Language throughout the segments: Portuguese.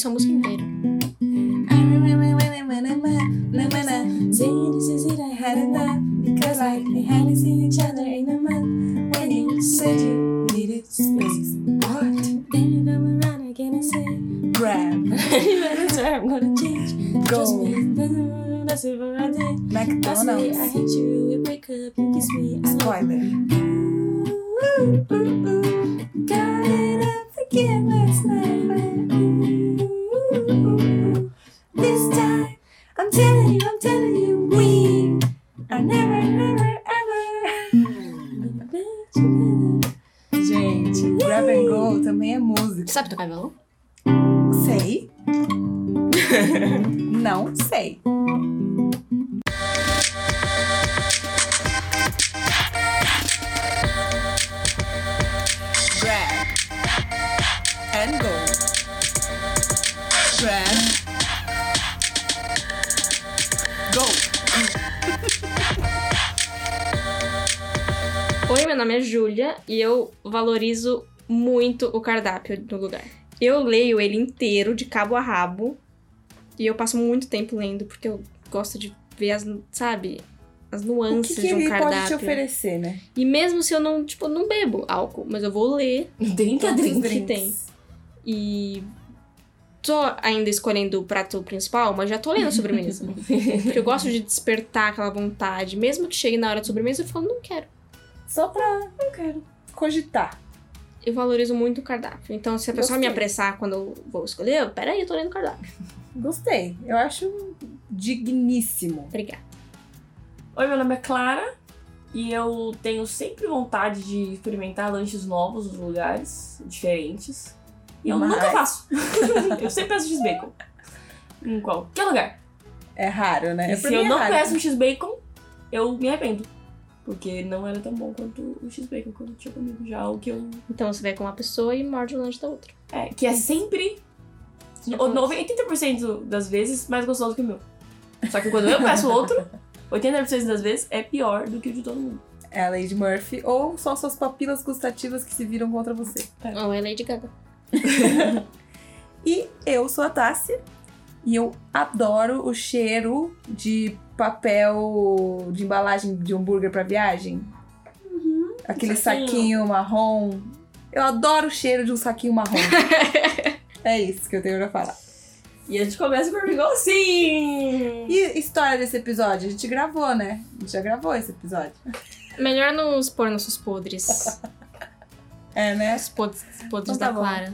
isso a música inteira. Because like we hadn't seen each other in a month. When you said you needed space. What? Then you come around again and say, grab. I'm gonna change. Go. Trust me, that's it what I did. McDonald's. I hate you, we break up, you kiss me. Spoiler. Got it up again last night. This time, I'm telling you, we are never, ever together. Gente, Grab and Go também é música. Sabe tocar violão? Sei. Não sei. Grab and go. Grab. Go. Oi, meu nome é Júlia e eu valorizo muito o cardápio do lugar. Eu leio ele inteiro, de cabo a rabo, e eu passo muito tempo lendo, porque eu gosto de ver as, sabe, as nuances O que de um ele cardápio. pode te oferecer, né? E mesmo se eu não, não bebo álcool, mas eu vou ler Drink a todos os drink. que tem. E tô ainda escolhendo o prato principal, mas já tô lendo a sobremesa. Porque eu gosto de despertar aquela vontade. Mesmo que chegue na hora de sobremesa, eu falo, não quero. Só pra, não quero, cogitar. Eu valorizo muito o cardápio. Então, se a pessoa me Gostei. apressar quando eu vou escolher, peraí, eu tô lendo o cardápio. Gostei. Eu acho digníssimo. Obrigada. Oi, meu nome é Clara e eu tenho sempre vontade de experimentar lanches novos nos lugares diferentes. E eu Mas- nunca faço. Eu sempre peço X-Bacon. Em qualquer lugar. É raro, né? E Pra se mim eu é não raro. peço um X-Bacon, eu me arrependo. Porque não era tão bom quanto o X-Bacon que eu tinha comido já. O que eu... Então, você vai com uma pessoa e morde o lanche da outra. É, que é sempre... 80% das vezes mais gostoso que o meu. Só que quando eu peço outro, 80% das vezes é pior do que o de todo mundo. É a Lady Murphy ou são suas papilas gustativas que se viram contra você. Ou é Lady Gaga. E eu sou a Tássia e eu adoro o cheiro de papel de embalagem de hambúrguer pra viagem. Aquele saquinho marrom. Eu adoro o cheiro de um saquinho marrom. É isso que eu tenho pra falar. E a gente começa com o Amigo assim! E história desse episódio? A gente gravou, né? A gente já gravou esse episódio. Melhor não expor nossos podres. É, né? Os podres Então tá da bom. Clara.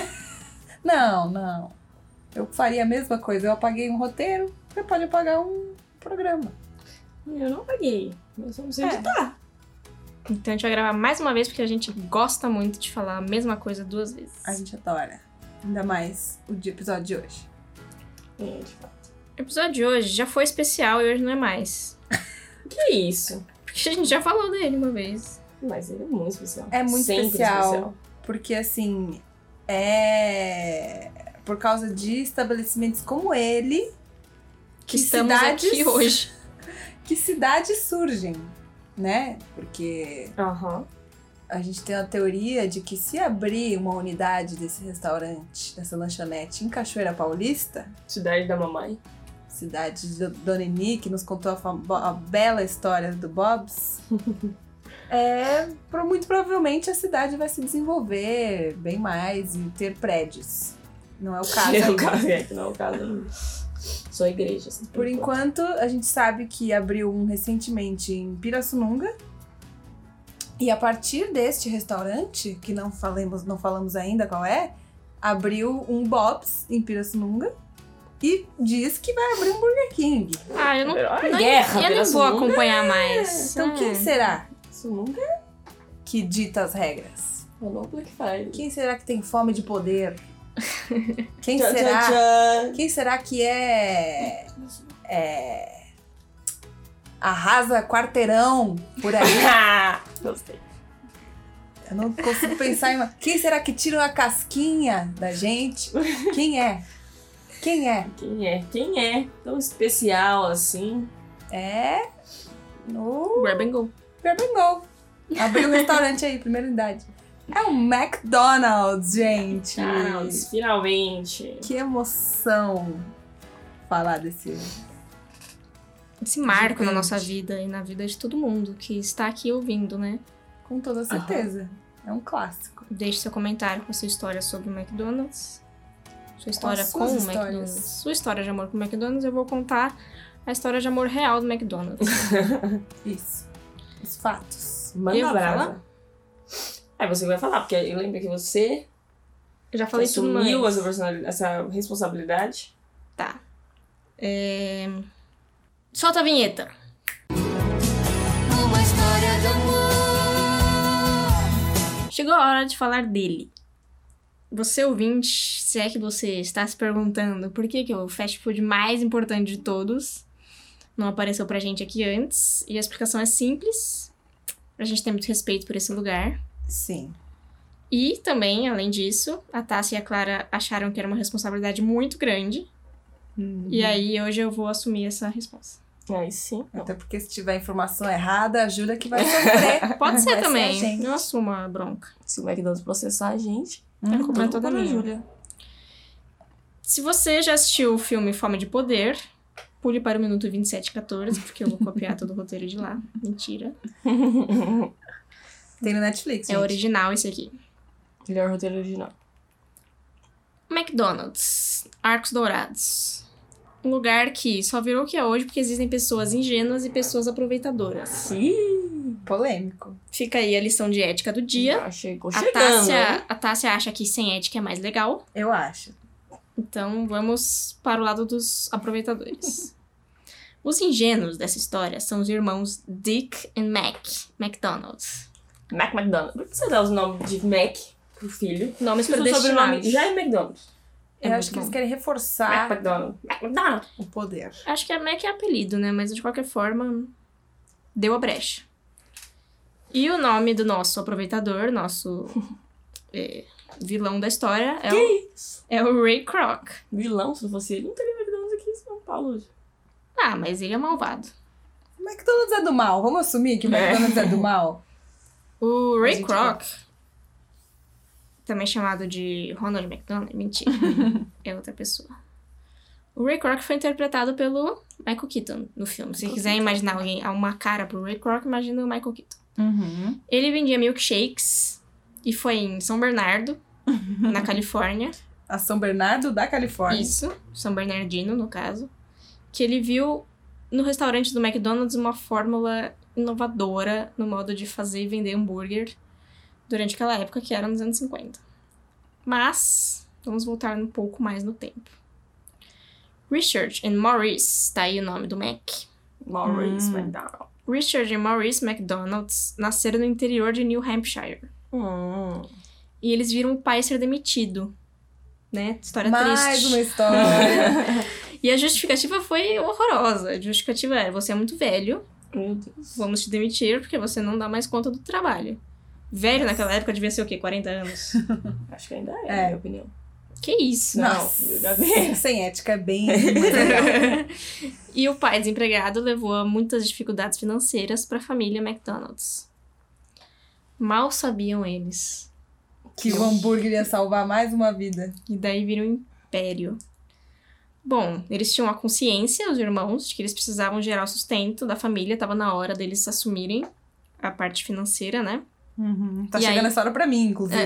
Não. Eu faria a mesma coisa. Eu apaguei um roteiro, você pode apagar um programa. Eu não paguei. Eu só não sei É. editar. Então a gente vai gravar mais uma vez, porque a gente gosta muito de falar a mesma coisa 2 vezes. A gente adora. Ainda mais o episódio de hoje. É, de fato. O episódio de hoje já foi especial e hoje não é mais. Que isso? Porque a gente já falou dele uma vez. Mas ele é muito especial. É muito Sempre especial. Porque, assim, é por causa de estabelecimentos como ele Que estamos aqui hoje. que cidades surgem, né? Porque Aham. a gente tem uma teoria de que se abrir uma unidade desse restaurante, dessa lanchonete em Cachoeira Paulista, Cidade da mamãe. cidade de Dona Eni, que nos contou a bela história do Bob's, muito provavelmente a cidade vai se desenvolver bem mais e ter prédios. Não é o caso Que é o ainda. caso, que não é o caso ainda. Só igrejas. Por enquanto, a gente sabe que abriu um recentemente em Pirassununga. E a partir deste restaurante, que não falamos ainda qual é, abriu um Bob's em Pirassununga e diz que vai abrir um Burger King. Ah, eu não, Olha, não guerra, eu nem vou Pirassununga. acompanhar mais. Então quem será Isso nunca que dita as regras? falou Black Friday. Quem será que tem fome de poder? Quem Tchan, será? tchan, tchan. Quem será que arrasa quarteirão por aí? Gostei. Eu não consigo pensar em uma... Quem será que tira a casquinha da gente? Quem é? Quem é? Quem é? Quem é tão especial assim? É no Grab and Go. Grab and Go. Abriu um restaurante aí, primeira unidade. É o McDonald's, gente. McDonald's, finalmente. Que emoção falar desse... Esse marco na Gigante. nossa vida e na vida de todo mundo que está aqui ouvindo, né? Com toda certeza. É um clássico. Deixe seu comentário com a sua história sobre o McDonald's. Sua história as com suas o histórias. McDonald's. Sua história de amor com o McDonald's, eu vou contar a história de amor real do McDonald's. Isso. Os fatos. Manda Eu vou brasa. falar? É você que vai falar, porque eu lembro que você Eu já falei tudo assumiu mais. essa responsabilidade. Tá. Solta a vinheta. Uma história de amor. Chegou a hora de falar dele. Você ouvinte, se é que você está se perguntando por que o fast food mais importante de todos não apareceu pra gente aqui antes, e a explicação é simples. A gente tem muito respeito por esse lugar. Sim. E também, além disso, a Tássia e a Clara acharam que era uma responsabilidade muito grande. E aí, hoje eu vou assumir essa responsa. Aí sim. Até porque se tiver informação errada, a Júlia que vai sofrer. Pode ser Vai a também. gente. Não assuma a bronca. Se o McDonald's processar a gente, A culpa é toda da minha. Júlia. Se você já assistiu o filme Fome de Poder, pule para o minuto 27:14, porque eu vou copiar todo o roteiro de lá. Mentira. Tem no Netflix, É gente. original esse aqui. Melhor roteiro original. McDonald's. Arcos Dourados. Um lugar que só virou o que é hoje porque existem pessoas ingênuas e pessoas aproveitadoras. Ih, Polêmico. Fica aí a lição de ética do dia. já chegou A chegando, né? Tássia acha que sem ética é mais legal. Eu acho. Então vamos para o lado dos aproveitadores. Os ingênuos dessa história são os irmãos Dick e Mac McDonald's. McDonald's. Por que você dá os nomes de Mac pro filho? Nomes Se o sobrenome predestinados. já é McDonald's. É Eu muito acho que bom. eles querem reforçar McDonald's. McDonald's. o poder. Acho que a Mac é apelido, né? Mas de qualquer forma, deu a brecha. E o nome do nosso aproveitador, nosso vilão da história, é o Ray Kroc. Vilão, se não fosse ele, não teria McDonald's aqui em São Paulo hoje. Ah, mas ele é malvado. O McDonald's é do mal. Vamos assumir que o McDonald's é do mal? O Ray gente Kroc, também chamado de Ronald McDonald, mentira, é outra pessoa. O Ray Kroc foi interpretado pelo Michael Keaton no filme. Se quiser imaginar uma cara pro Ray Kroc, imagina o Michael Keaton. Uhum. Ele vendia milkshakes e foi em São Bernardo, na Califórnia. A São Bernardo da Califórnia. Isso, São Bernardino, no caso. Que ele viu no restaurante do McDonald's uma fórmula inovadora no modo de fazer e vender hambúrguer durante aquela época, que era nos anos 50. Mas, vamos voltar um pouco mais no tempo. Richard e Maurice, tá aí o nome do Mac. Maurice McDonald. Richard e Maurice McDonald's nasceram no interior de New Hampshire. E eles viram o pai ser demitido. Né? História Mais triste. uma história. E a justificativa foi horrorosa. A justificativa era, você é muito velho, Meu Deus. vamos te demitir porque você não dá mais conta do trabalho. Velho naquela época devia ser o quê? 40 anos? Acho que ainda é, É. na minha opinião. Que isso? Nossa. eu já vi. Sem ética é bem mais legal. E o pai desempregado levou a muitas dificuldades financeiras para a família McDonald's. Mal sabiam eles. Que o hambúrguer ia salvar mais uma vida. E daí vira um império. Bom, eles tinham a consciência, os irmãos, de que eles precisavam gerar o sustento da família. Tava na hora deles assumirem a parte financeira, né? Tá E chegando aí? essa hora pra mim, inclusive.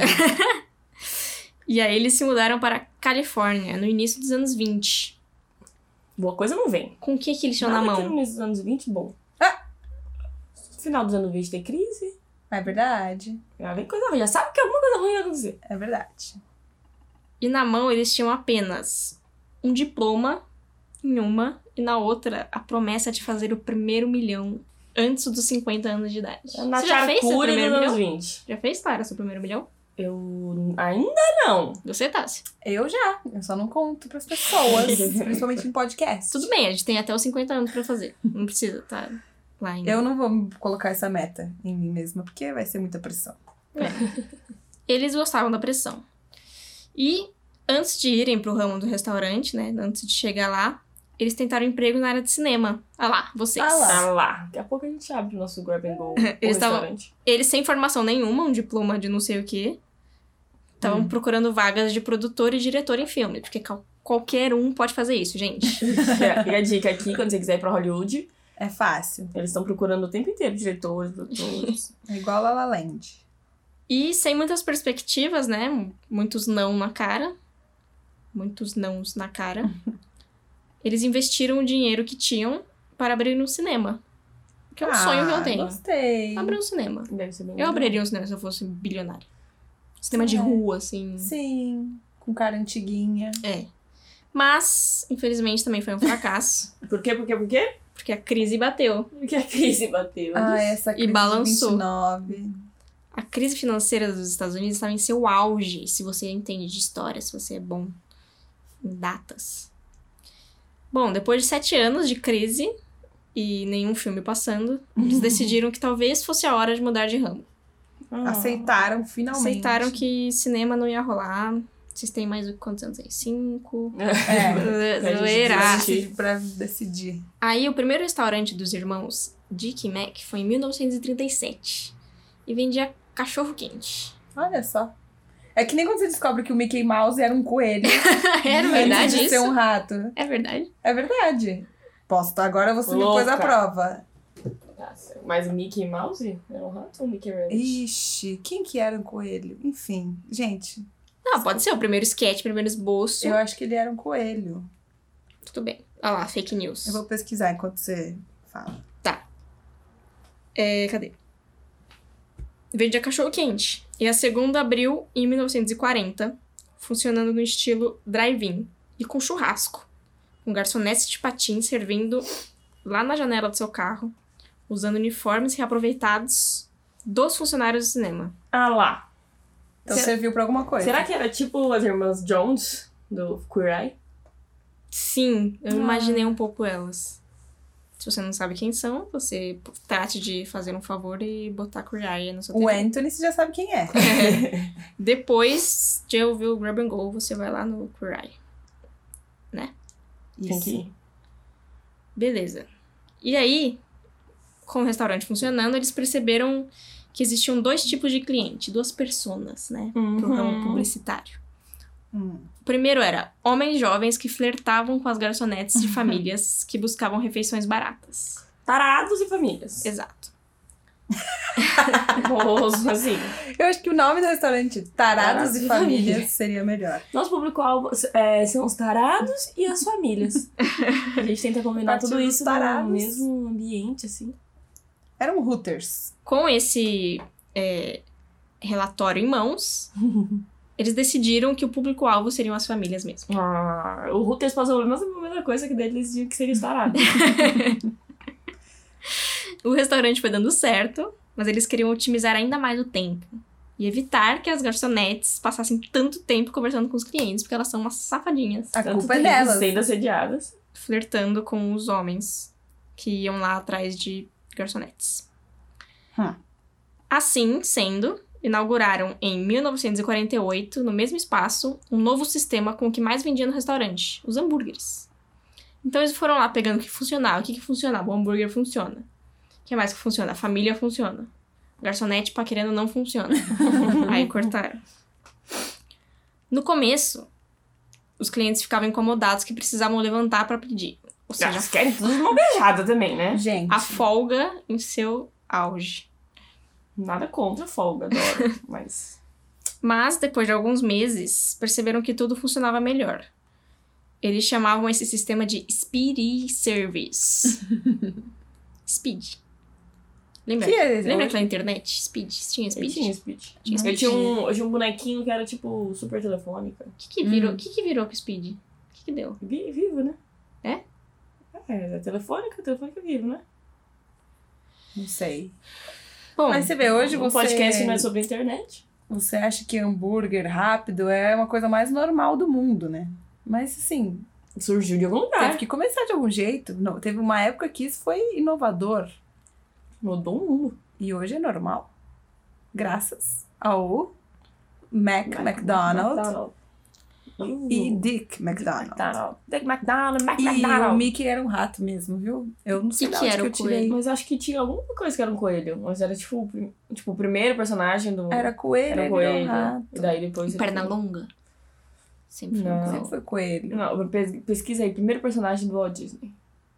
E aí eles se mudaram para a Califórnia, no início dos anos 20. Boa coisa não vem. Com o que eles tinham na Nada que mão? no início dos anos 20, bom. Final dos anos 20 tem crise. É verdade. Já vem coisa ruim. Já sabe que alguma coisa ruim vai acontecer. É verdade. E na mão eles tinham apenas um diploma em uma, e na outra a promessa de fazer o primeiro milhão antes dos 50 anos de idade. Na Você já fez seu Charcuri primeiro dos anos milhão? 20. Já fez, Clara, seu primeiro milhão? Eu ainda não. Você, Tassi. Eu já. Eu só não conto pras pessoas. Principalmente em podcast. Tudo bem, a gente tem até os 50 anos pra fazer. Não precisa, tá? Lá ainda. Eu não vou colocar essa meta em mim mesma, porque vai ser muita pressão. Eles gostavam da pressão. E antes de irem pro ramo do restaurante, né? Antes de chegar lá, eles tentaram emprego na área de cinema. Ah lá, vocês. Ah lá. Ah lá. Daqui a pouco a gente abre o nosso grab and go Eles tavam- restaurante. Eles sem formação nenhuma, um diploma de não sei o quê, estavam procurando vagas de produtor e diretor em filme. Porque qualquer um pode fazer isso, gente. Fica a dica aqui, quando você quiser ir pra Hollywood, É fácil. eles estão procurando o tempo inteiro diretores, produtores. É igual La La Land. E sem muitas perspectivas, né? Muitos não na cara. Muitos nãos na cara. Eles investiram o dinheiro que tinham para abrir um cinema. Que é um sonho que eu tenho. Gostei. Abrir um cinema. Deve ser bem Eu legal. abriria um cinema se eu fosse bilionária. Cinema de É. rua, assim. Sim, com cara antiguinha. É. Mas, infelizmente, também foi um fracasso. Por quê? Porque a crise bateu. Porque a crise bateu. Essa crise balançou. de 29. A crise financeira dos Estados Unidos estava em seu auge, se você entende de história, se você é bom em datas. Bom, depois de 7 anos de crise e nenhum filme passando, eles decidiram que talvez fosse a hora de mudar de ramo. Aceitaram finalmente. Aceitaram que cinema não ia rolar. Vocês têm mais quantos anos aí? 5? É, Zoeira. pra decidir. Aí, o primeiro restaurante dos irmãos Dick e Mac foi em 1937. E vendia cachorro-quente. Olha só. É que nem quando você descobre que o Mickey Mouse era um coelho. Era verdade antes de isso? ser um rato. É verdade. É verdade. Posso, agora você me Louca. pôs à prova. Nossa, mas o Mickey Mouse era um rato ou o Mickey Rabbit? Ixi, quem que era um coelho? Enfim, gente, Não, pode ser o primeiro sketch, primeiro esboço. eu acho que ele era um coelho. Tudo bem. Olha lá, fake news. Eu vou pesquisar enquanto você fala. Cadê? Vendia cachorro-quente. E a segunda abriu em 1940, funcionando no estilo drive-in e com churrasco. Com garçonetes de patins servindo lá na janela do seu carro, usando uniformes reaproveitados dos funcionários do cinema. Ah lá. Então serviu pra alguma coisa. Será que era tipo as irmãs Jones, do Queer Eye? Sim, eu imaginei um pouco elas. Se você não sabe quem são, você trate de fazer um favor e botar Queer Eye no seu O TV. Anthony, você já sabe quem é. Depois de ouvir o Grab and Go, você vai lá no Queer Eye. Tem que ir. Beleza. E aí, com o restaurante funcionando, eles perceberam que existiam 2 tipos de cliente, 2 personas, né? Pro ramo publicitário. O primeiro era homens jovens que flertavam com as garçonetes de famílias que buscavam refeições baratas. Tarados e famílias. Exato. Famoso, assim. Eu acho que o nome do restaurante, Tarados e e Famílias, Família. seria melhor. Nosso público-alvo são os tarados e as famílias. A gente tenta combinar Partido tudo dos isso tarados. no mesmo ambiente, assim. Era um Hooters. Com esse relatório em mãos, eles decidiram que o público-alvo seriam as famílias mesmo. O Hooters passou a mesma coisa que deles diziam que seria os tarados. O restaurante foi dando certo, mas eles queriam otimizar ainda mais o tempo. E evitar que as garçonetes passassem tanto tempo conversando com os clientes, porque elas são umas safadinhas. A Tanto culpa é tempo delas. sendo assediadas. Flertando com os homens que iam lá atrás de garçonetes. Assim sendo, inauguraram em 1948, no mesmo espaço, um novo sistema com o que mais vendia no restaurante, os hambúrgueres. Então eles foram lá pegando o que funcionava. O que funcionava? O hambúrguer funciona. O que mais que funciona? A família funciona. Garçonete paquerando não funciona. Aí cortaram. No começo, os clientes ficavam incomodados que precisavam levantar pra pedir. Ou seja, Eles querem tudo de mão beijada também, né? Gente, a folga em seu auge. Nada contra a folga, adoro. Mas, depois de alguns meses, perceberam que tudo funcionava melhor. Eles chamavam esse sistema de Speedy Service. Speed. Lembra? Que é- Lembra aquela internet? Speed? Tinha Eu Speed? tinha Speed. Tinha Eu Speed. tinha um bonequinho que era tipo super telefônica. O que virou? O que virou com o Speed? O que deu? Vivo, né? É? É telefônica vivo, né? não sei. Bom, Mas você vê, hoje O você... podcast não é sobre a internet. Você acha que hambúrguer rápido é uma coisa mais normal do mundo, né? Mas, assim, Surgiu de algum lugar. teve que começar de algum jeito. Não, teve uma época que isso foi inovador. Mudou o mundo. E hoje é normal. Graças ao McDonald's. E Dick McDonald. Dick McDonald, E o McDonald. Mickey era um rato mesmo, viu? Eu não sei E de que onde era que o eu tirei. coelho? Mas eu acho que tinha alguma coisa que era um coelho. Mas era tipo o primeiro personagem do... Era coelho, Era ele um virou um coelho. rato. E daí depois... Perna longa. Sempre foi Não. um coelho. Sempre foi coelho. Não, pesquisa aí. Primeiro personagem do Walt Disney.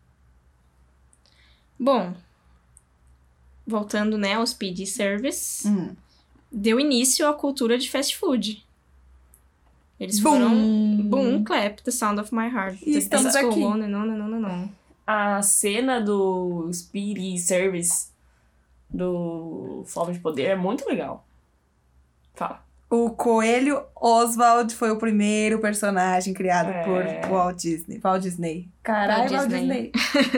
Bom, voltando, né, ao Speedy Service, deu início à cultura de fast food. Eles foram... Boom, clap, the sound of my heart. E estamos Let's go aqui. on and on and on and on. A cena do Speedy Service do Fome de Poder é muito legal. Fala. O coelho Oswald foi o primeiro personagem criado É. por Walt Disney. Walt Disney. Caralho, Walt Disney.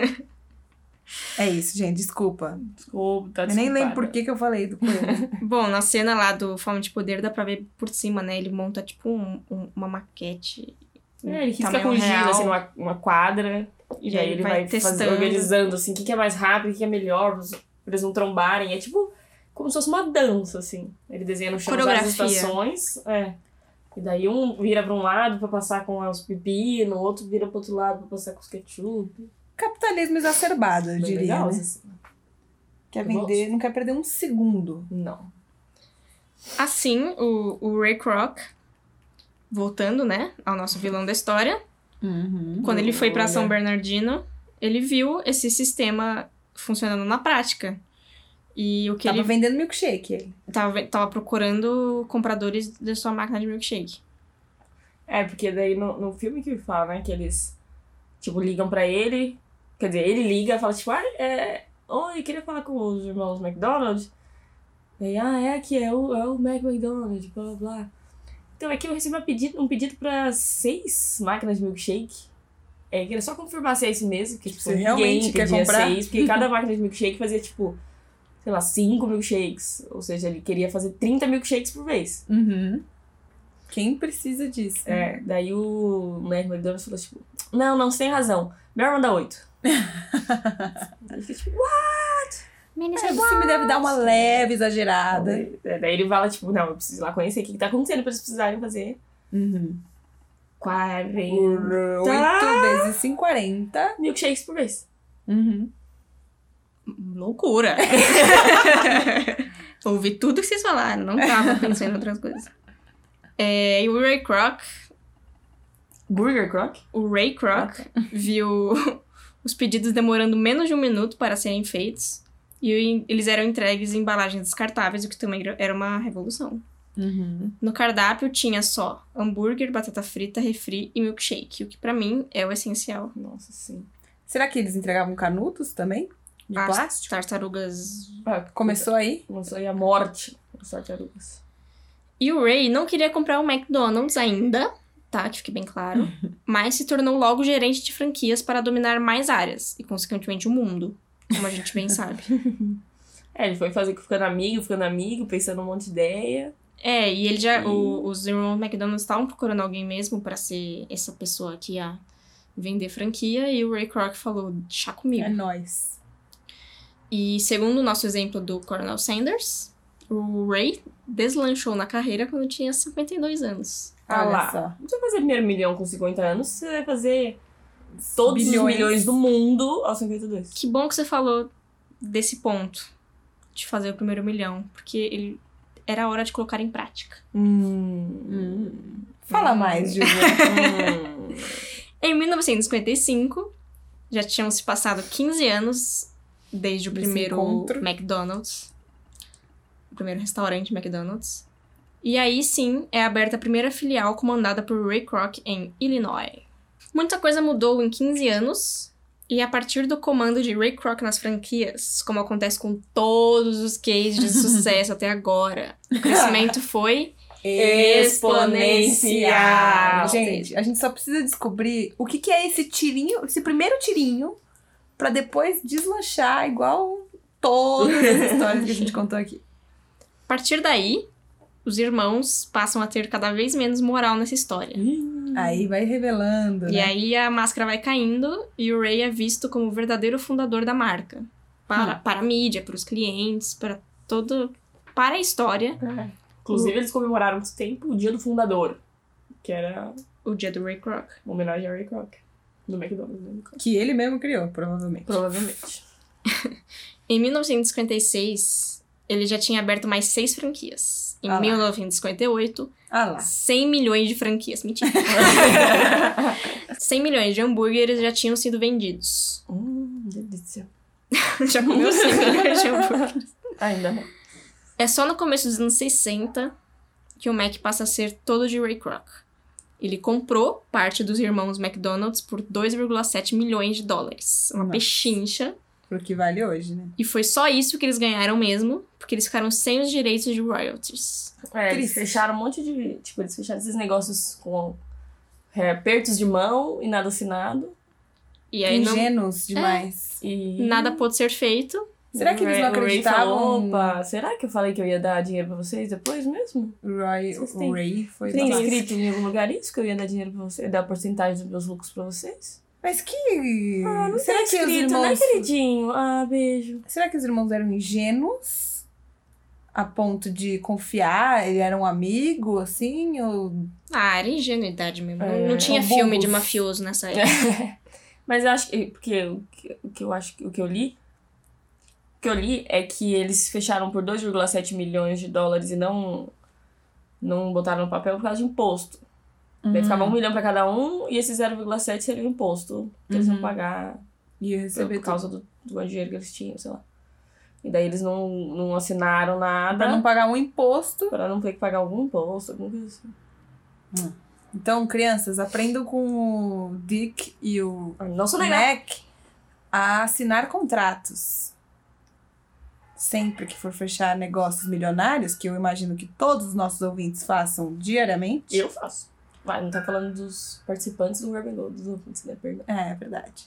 É isso, gente, desculpa. Desculpa, tá Eu nem lembro desculpada. por que eu falei do coelho. Bom, na cena lá do Fome de Poder dá pra ver por cima, né? Ele monta tipo uma maquete. Ele risca tamanho com giz, real. assim, numa quadra. E aí ele vai testando. organizando, assim, o que é mais rápido, o que é melhor, pra eles não trombarem. É tipo como se fosse uma dança, assim. Ele desenha no chão várias Coreografia. estações. E daí um vira pra um lado pra passar com os pepinos, o outro vira pro outro lado pra passar com os ketchup. Capitalismo exacerbado, eu Bem diria, legal, né? assim. Quer Eu vender, gosto. não quer perder um segundo. Não. Assim, o Ray Kroc, voltando, né, ao nosso vilão da história, quando ele foi pra São Bernardino, ele viu esse sistema funcionando na prática. E o que Tava ele vendendo milkshake, ele. tava procurando compradores da sua máquina de milkshake. Porque daí no filme que fala, né, que eles, tipo, ligam pra ele, quer dizer, ele liga e fala, tipo, oi, queria falar com os irmãos McDonald. Daí, é aqui, é o Mac McDonald, blá, blá, blá. Então, aqui eu recebi um pedido pra 6 máquinas de milkshake. Eu queria só confirmar se é esse mesmo, que, tipo, Você realmente ninguém quer pedia comprar? 6, porque cada máquina de milkshake fazia, tipo, sei lá, 5 milkshakes. Ou seja, ele queria fazer 30 milkshakes por vez. Quem precisa disso? Daí o Mac McDonald falou, tipo, não, você tem razão. Melhor mandar 8. Aí fica, tipo, O filme deve dar uma leve exagerada. daí ele fala, tipo, não, eu preciso ir lá conhecer o que tá acontecendo pra eles precisarem fazer 40 8 vezes 5, 40. milkshakes por vez. Loucura! Ouvi tudo que vocês falaram, não tava pensando em outras coisas. E o Ray Kroc, Burger Croc? viu os pedidos demorando menos de 1 minuto para serem feitos. E eles eram entregues em embalagens descartáveis, o que também era uma revolução. No cardápio tinha só hambúrguer, batata frita, refri e milkshake, o que pra mim é o essencial. Nossa, sim. Será que eles entregavam canudos também? De As plástico? tartarugas. Começou aí? Começou aí a morte das tartarugas. E o Ray não queria comprar o McDonald's ainda, tá? Que fique bem claro. Mas se tornou logo gerente de franquias para dominar mais áreas. E, consequentemente, o mundo. Como a gente bem sabe. Ele foi ficando amigo, pensando um monte de ideia. E ele já... Os irmãos McDonald's estavam procurando alguém mesmo para ser essa pessoa que ia vender franquia. E o Ray Kroc falou, chá comigo. É nóis. E segundo o nosso exemplo do Colonel Sanders, o Ray deslanchou na carreira quando tinha 52 anos. Olha lá. só. Não precisa fazer primeiro milhão com 50 anos, você vai fazer todos Bilhões. os milhões do mundo aos 52. Que bom que você falou desse ponto, de fazer o primeiro milhão, porque era hora de colocar em prática. Fala mais, Julia. Em 1955, já tinham se passado 15 anos desde o Desse primeiro encontro. McDonald's, o primeiro restaurante McDonald's. E aí sim é aberta a primeira filial comandada por Ray Kroc em Illinois. Muita coisa mudou em 15 anos, e a partir do comando de Ray Kroc nas franquias, como acontece com todos os cases de sucesso até agora, o crescimento foi Exponencial. Gente, a gente só precisa descobrir o que é esse tirinho, esse primeiro tirinho, pra depois deslanchar igual todas as histórias que a gente contou aqui. A partir daí, os irmãos passam a ter cada vez menos moral nessa história. Aí vai revelando, E né? aí a máscara vai caindo e o Ray é visto como o verdadeiro fundador da marca. Para a mídia, para os clientes, para a história. Inclusive, eles comemoraram muito tempo o dia do fundador. Que era O dia do Ray Kroc. Uma homenagem ao Ray Kroc. Do McDonald's, né? Que ele mesmo criou, provavelmente. Provavelmente. Em 1956, ele já tinha aberto mais 6 franquias. Em 1958, lá. 100 milhões de franquias. Mentira. 100 milhões de hambúrgueres já tinham sido vendidos. Delícia. Já comeu 100 milhões de hambúrgueres. Ainda não. É só no começo dos anos 60 que o Mac passa a ser todo de Ray Kroc. Ele comprou parte dos irmãos McDonald's por 2,7 milhões de dólares. Uma pechincha. Pro que vale hoje, né? E foi só isso que eles ganharam mesmo, porque eles ficaram sem os direitos de royalties. Eles fecharam um monte de... Tipo, eles fecharam esses negócios com apertos de mão e nada assinado. E aí Ingênuos demais. E... nada pôde ser feito. Será que eles não O Ray acreditavam? falou, opa, será que eu falei que eu ia dar dinheiro pra vocês depois mesmo? O Ray foi Tem lá. escrito em algum lugar isso? Que eu ia dar dinheiro pra vocês? Dar porcentagem dos meus lucros pra vocês? Mas que... Não será tem que os escrito, irmãos... né, queridinho? Ah, beijo. Será que os irmãos eram ingênuos? A ponto de confiar? Ele era um amigo, assim? Ou... Era ingenuidade mesmo. É, não tinha ou filme de burros. mafioso nessa época. Mas eu acho que... Porque o que eu li é que eles fecharam por 2,7 milhões de dólares e não botaram no papel por causa de imposto. Daí ficava 1 milhão pra cada um e esse 0,7 seria o imposto que eles iam pagar Ia receber por causa do dinheiro que eles tinham, sei lá. E daí eles não assinaram nada pra não pagar um imposto. pra não ter que pagar algum imposto, alguma coisa assim. Então, crianças, aprendam com o Dick e o Não sou legal. Mac a assinar contratos. Sempre que for fechar negócios milionários, que eu imagino que todos os nossos ouvintes façam diariamente. Eu faço. Vai, não tá falando dos participantes do Urban Gold, dos ouvintes, né? Perdão. É verdade.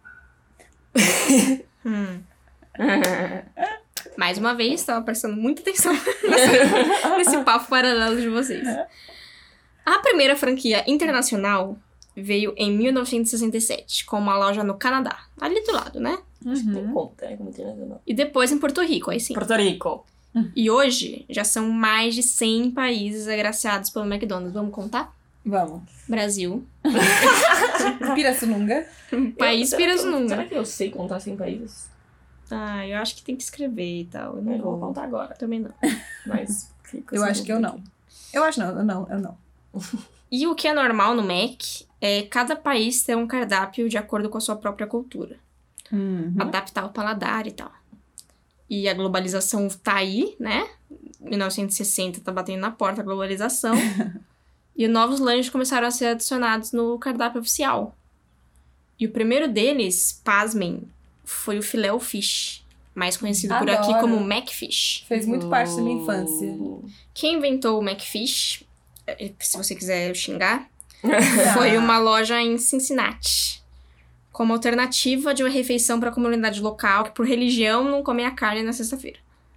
Mais uma vez, estava prestando muita atenção nesse papo paralelo de vocês. A primeira franquia internacional veio em 1967, com uma loja no Canadá, ali do lado, né? Acho que tem conta, né? Como internacional. E depois em Porto Rico, aí sim. Porto Rico. E hoje, já são mais de 100 países agraciados pelo McDonald's. Vamos contar? Vamos. Brasil. Pirassununga. País Pirassununga. Será que eu sei contar 100 países? Eu acho que tem que escrever e tal. Eu Eu não vou vou. contar agora. Também não. Mas... Eu acho que eu não. Eu acho não. Eu não. E o que é normal no Mac é cada país ter um cardápio de acordo com a sua própria cultura. Adaptar o paladar e tal. E a globalização tá aí, né? 1960 tá batendo na porta a globalização. E novos lanches começaram a ser adicionados no cardápio oficial. E o primeiro deles, pasmem, foi o filé o fish, mais conhecido por aqui Adoro. como Macfish. Fez muito parte da minha infância. Quem inventou o Macfish, se você quiser xingar, foi uma loja em Cincinnati. Como alternativa de uma refeição para a comunidade local que por religião não comia carne na sexta-feira.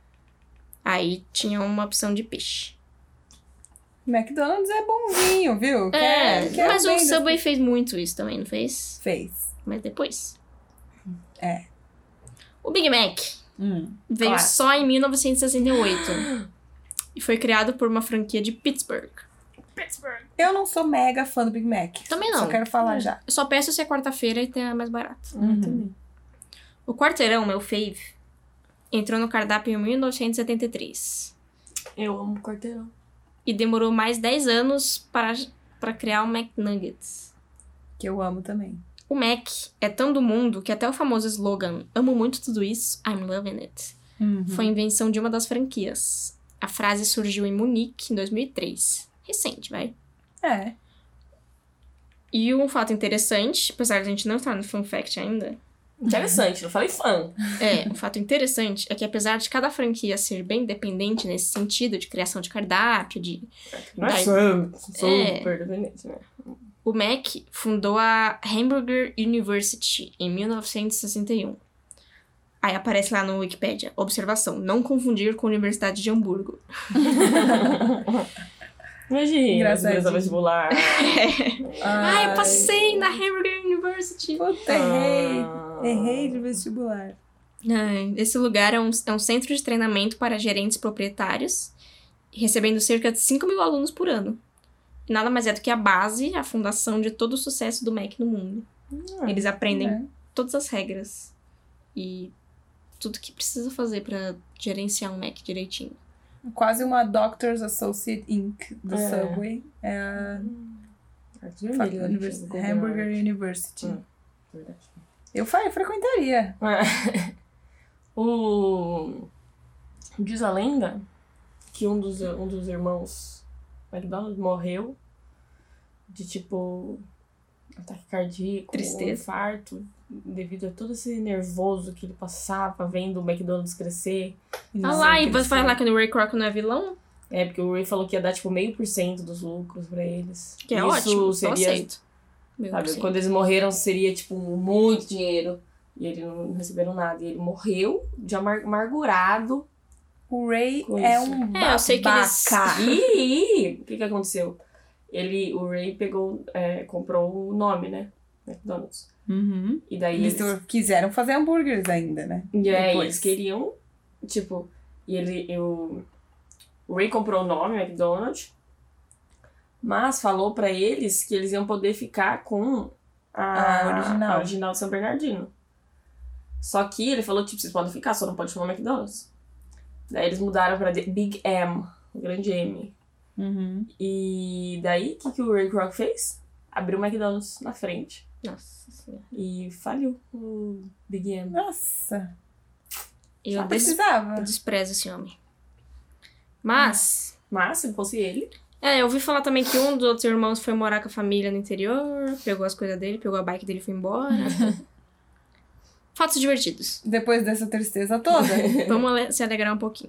Aí tinha uma opção de peixe. McDonald's é bonzinho, viu? Mas o Subway fez muito isso também, não fez? Fez. Mas depois. É. O Big Mac veio Claro. só em 1968. E foi criado por uma franquia de Pittsburgh. Eu não sou mega fã do Big Mac. Também não. Só quero falar já. Eu só peço se é quarta-feira e tenha mais barato. Entendi. O quarteirão, meu fave, entrou no cardápio em 1973. Eu amo quarteirão. E demorou mais 10 anos para criar o McNuggets. Que eu amo também. O Mac é tão do mundo que até o famoso slogan "Amo muito tudo isso, I'm loving it", foi invenção de uma das franquias. A frase surgiu em Munique, em 2003. Recente, vai. É. E um fato interessante, apesar de a gente não estar no Fun Fact ainda, Interessante, não falei fã. um fato interessante é que apesar de cada franquia ser bem independente nesse sentido, de criação de cardápio, Não é Daí- super dependente, né? o Mac fundou a Hamburger University em 1961. Aí aparece lá no Wikipedia, observação, não confundir com a Universidade de Hamburgo. Imagina, Engraçadinho. essa vestibular. Eu passei na Hamburger University! Puta, errei de vestibular. Esse lugar é um centro de treinamento para gerentes proprietários, recebendo cerca de 5 mil alunos por ano. nada mais é do que a base, a fundação de todo o sucesso do Mac no mundo. Eles aprendem todas as regras e tudo que precisa fazer pra gerenciar um Mac direitinho. Quase uma Doctors Associate Inc. do Subway. É a Hamburger University. Verdade. Eu frequentaria. Diz a lenda que um dos irmãos McDonald morreu de tipo ataque cardíaco, Tristeza. Um infarto, devido a todo esse nervoso que ele passava vendo o McDonald's crescer. E você vai falar que o Ray Kroc não é vilão? É, porque o Ray falou que ia dar tipo 0,5% dos lucros pra eles. Que é Isso ótimo, seria, eu aceito. sabe, quando eles morreram seria tipo muito dinheiro. E eles não receberam nada. E ele morreu de amargurado. O Ray Com é isso. um Eu sei que eles... babaca. E o que aconteceu? O Ray comprou o nome, né? McDonald's. Uhum. E daí Eles quiseram fazer hambúrgueres ainda, né? Depois. eles queriam, tipo... O Ray comprou o nome, McDonald's. Mas falou pra eles que eles iam poder ficar com a original de São Bernardino. Só que ele falou, tipo, vocês podem ficar, só não pode chamar McDonald's. Daí eles mudaram pra Big M, o grande M. Uhum. E daí, o que o Ray Kroc fez? Abriu o McDonald's na frente. Nossa senhora. E faliu o Big M. Nossa. Eu Só precisava. desprezo esse homem. Mas se fosse ele... eu ouvi falar também que um dos outros irmãos foi morar com a família no interior, pegou as coisas dele, pegou a bike dele e foi embora. Fatos divertidos. Depois dessa tristeza toda. Vamos se alegrar um pouquinho.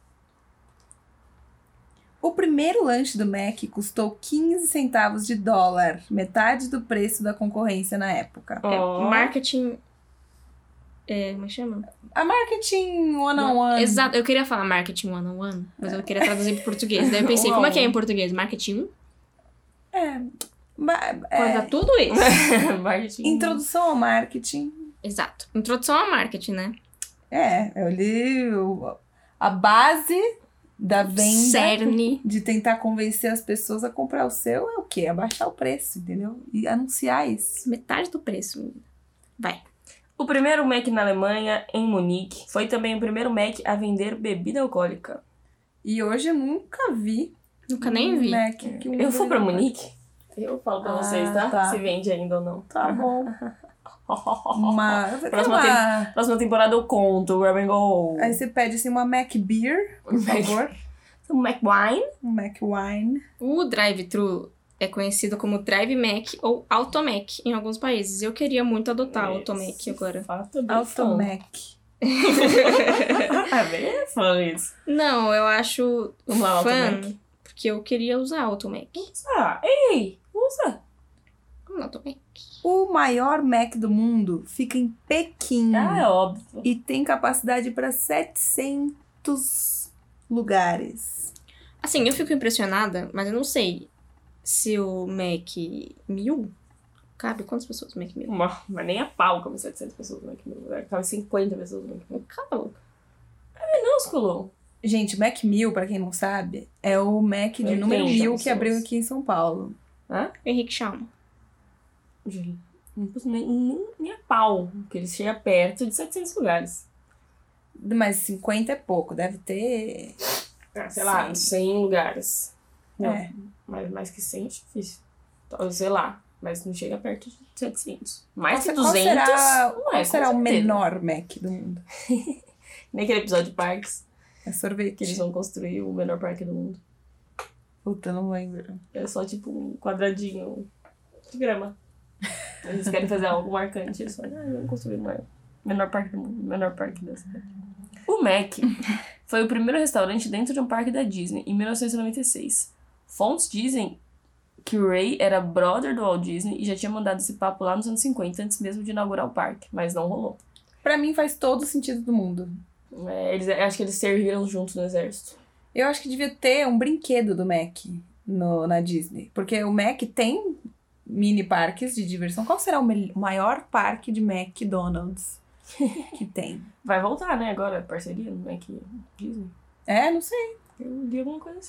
O primeiro lanche do Mac custou 15 centavos de dólar, metade do preço da concorrência na época. Marketing... como chama? A marketing one-on-one. Exato, eu queria falar marketing one-on-one, mas eu queria traduzir para português. Daí eu pensei, como é que é em português? Marketing 1? É, tudo isso. Marketing. Introdução ao marketing. Exato. Introdução ao marketing, né? Eu li a base da venda. Cerne. De tentar convencer as pessoas a comprar o seu é o quê? Abaixar o preço, entendeu? E anunciar isso. Metade do preço, menina. Vai. O primeiro Mac na Alemanha, em Munique, foi também o primeiro Mac a vender bebida alcoólica. E hoje eu nunca vi. Nunca nem vi. Mac que Eu for pra Munique, eu falo pra vocês, tá? Se vende ainda ou não. Tá bom. Próxima temporada eu conto, grab and go. Aí você pede assim uma Mac Beer, por favor. Um Mac Wine. Um Mac Wine. O drive-thru é conhecido como Drive Mac ou Automac em alguns países. Eu queria muito adotar Automac agora. Automac. É bem fã isso. Não, eu acho Vamos lá, fã, Automac. porque eu queria usar Automac. Usa. Vamos lá, Automac. O maior Mac do mundo fica em Pequim. É óbvio. E tem capacidade para 700 lugares. Assim, eu fico impressionada, mas eu não sei se o Mac 1000 cabe quantas pessoas no Mac 1000? Mas nem a pau cabe 700 pessoas no Mac 1000. Cabe 50 pessoas no Mac 1000. Cala. É minúsculo. Gente, Mac 1000, pra quem não sabe, é o Mac de número 1000 pessoas. que abriu aqui em São Paulo. Henrique Chalma. Gente, nem a pau, porque ele chega perto de 700 lugares. Mas 50 é pouco, deve ter... Sei lá, 100 lugares. Não, É. mas mais que 100 é difícil. Então, sei lá, mas não chega perto de 700. Mais que Qual 200 será, não qual é, será com o certeza. menor Mac do mundo? Nem aquele episódio de parques, É sorvete. que eles vão construir o menor parque do mundo. Puta, não lembro. É só tipo um quadradinho de grama. Eles querem fazer algo marcante. Eles falam, vamos construir o menor parque do mundo, o menor parque da cidade. O Mac foi o primeiro restaurante dentro de um parque da Disney, em 1996. Fontes dizem que o Ray era brother do Walt Disney e já tinha mandado esse papo lá nos anos 50, antes mesmo de inaugurar o parque, mas não rolou. Pra mim faz todo o sentido do mundo. Acho que eles serviram juntos no exército. Eu acho que devia ter um brinquedo do Mac na Disney. Porque o Mac tem mini parques de diversão. Qual será o maior parque de McDonald's que tem? Vai voltar, né, agora, parceria no Mac Disney. Não sei. Eu li alguma coisa assim.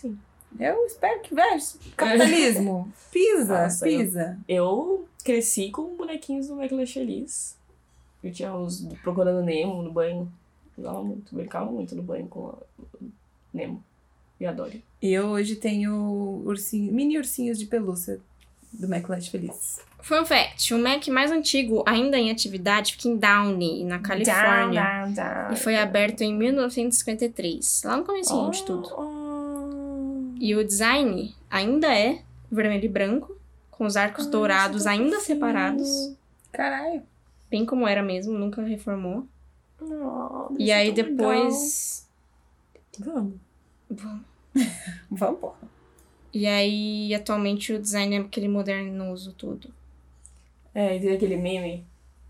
Eu espero que veja. Capitalismo. Pisa, Nossa, pisa. Eu cresci com bonequinhos do McLanche Feliz. Eu tinha os do Procurando Nemo no banho. Usava muito, brincava muito no banho com o Nemo e a Dory. E eu hoje tenho mini ursinhos de pelúcia do McLanche Feliz. Fun fact, o Mac mais antigo ainda em atividade fica em Downey, na Califórnia. Down. E foi aberto em 1953, lá no comecinho de tudo. E o design ainda é vermelho e branco, com os arcos dourados ainda separados, Caralho. bem como era mesmo, nunca reformou. Oh, E aí depois... Vamos. Vamos, porra. E aí, atualmente, o design é aquele modernoso todo. É, e tem aquele meme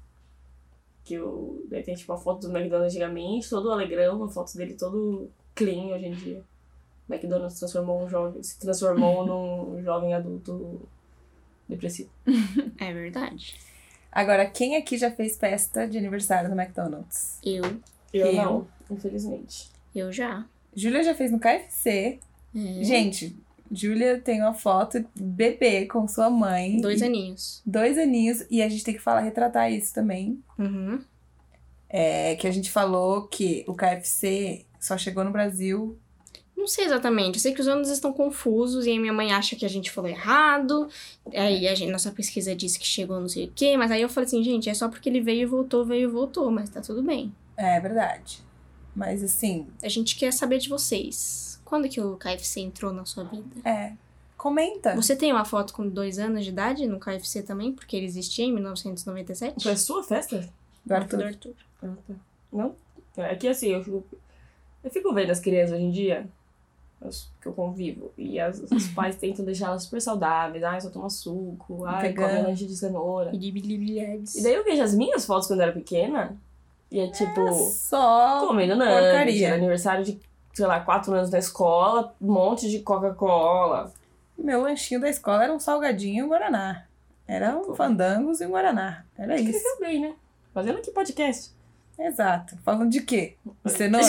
que daí tem tipo a foto do McDonald's antigamente, todo alegrão, a foto dele todo clean hoje em dia. O McDonald's se transformou num jovem adulto depressivo. É verdade. Agora, quem aqui já fez festa de aniversário no McDonald's? Eu não, infelizmente. Eu já. Júlia já fez no KFC. É. Gente, Júlia tem uma foto bebê com sua mãe. 2 aninhos. 2 aninhos. E a gente tem que retratar isso também. Uhum. É que a gente falou que o KFC só chegou no Brasil. Não sei exatamente. Eu sei que os anos estão confusos e aí minha mãe acha que a gente falou errado. Aí nossa pesquisa disse que chegou não sei o quê. Mas aí eu falei assim, gente, é só porque ele veio e voltou. Mas tá tudo bem. É verdade. Mas assim... A gente quer saber de vocês. Quando que o KFC entrou na sua vida? Comenta. Você tem uma foto com 2 anos de idade no KFC também? Porque ele existia em 1997? Foi a sua festa? Do Arthur. Do Arthur. Ah, tá. Não? É que assim, eu fico vendo as crianças hoje em dia, que eu convivo, e os pais tentam deixar elas super saudáveis. Ai, só toma suco, ai, come lanche de cenoura. E daí eu vejo as minhas fotos quando eu era pequena, e é tipo, Só comendo nugget, porcaria. era aniversário de, sei lá, 4 anos na escola, um monte de Coca-Cola. Meu lanchinho da escola era um salgadinho e um guaraná. Era um fandangos e um guaraná. Era isso. Cresceu bem, né? Fazendo aqui podcast. Exato. Falando de quê? De cenoura?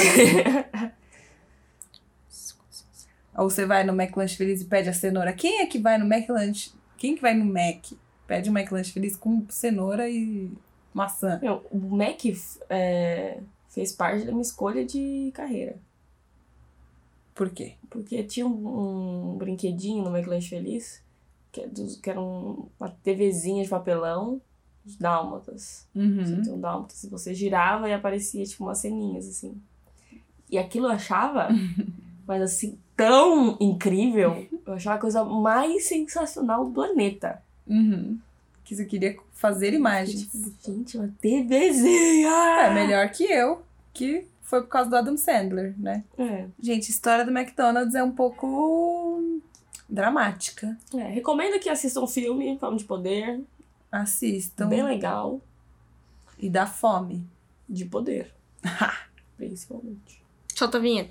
Ou você vai no McLanche Feliz e pede a cenoura. Quem é que vai no McLanche? Quem que vai no Mac? Pede um McLanche Feliz com cenoura e maçã. Meu, o Mac fez parte da minha escolha de carreira. Por quê? Porque tinha um brinquedinho no McLanche Feliz, que era uma TVzinha de papelão, os dálmatas. Você tem um dálmata, se você girava e aparecia tipo umas ceninhas, assim. E aquilo eu achava, mas assim, tão incrível, eu achava a coisa mais sensacional do planeta. Que você queria fazer imagens. Tipo, gente, uma TVzinha! É melhor que eu, que foi por causa do Adam Sandler, né? Gente, a história do McDonald's é um pouco dramática. Recomendo que assistam o filme Fome de Poder. Assistam. Bem legal. E dá fome. De poder. Principalmente. Solta a vinheta.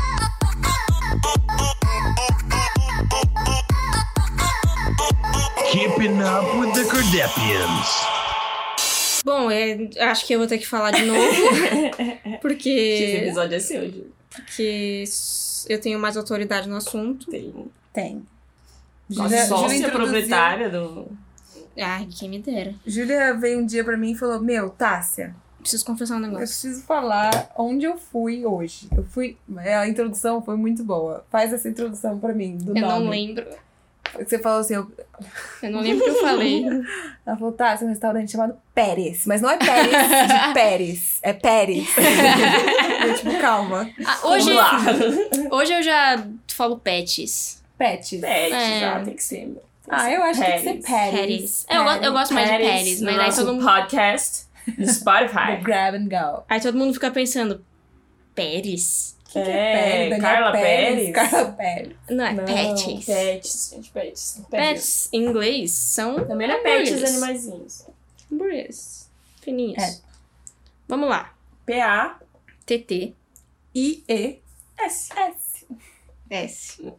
Keeping up with the Kardashians. Bom, acho que eu vou ter que falar de novo. Esse Porque episódio é seu, Ju. eu tenho mais autoridade no assunto. Tem. Nossa sócia proprietária do... Ai, quem me dera. Júlia veio um dia pra mim e falou, meu, Tássia, Preciso confessar um eu negócio. preciso falar onde eu fui hoje. A introdução foi muito boa. Faz essa introdução pra mim, do Eu nome. não lembro. Você falou assim, Eu não lembro o que eu falei. ela falou, Tássia, é um restaurante chamado Pérez. Mas não é Pérez de Pérez, é Pérez. Eu, tipo, calma. Hoje eu já falo pets. Pets. Tem que ser, meu. Eu acho que tem que ser Pérez. Pets. Eu gosto mais de pets, mas aí todo mundo... podcast no Spotify. No Grab and Go. Aí todo mundo fica pensando, Pérez? Que é Pérez? Carla Pérez. Carla Pérez. Não, é Não, pets. Pets, gente, pets. Pets, em inglês, são Também não é pets, hambúrgueres. animaizinhos. Hambúrgueres. Fininhos. É. Vamos lá. P-A-S. TT. I-E-S. S. O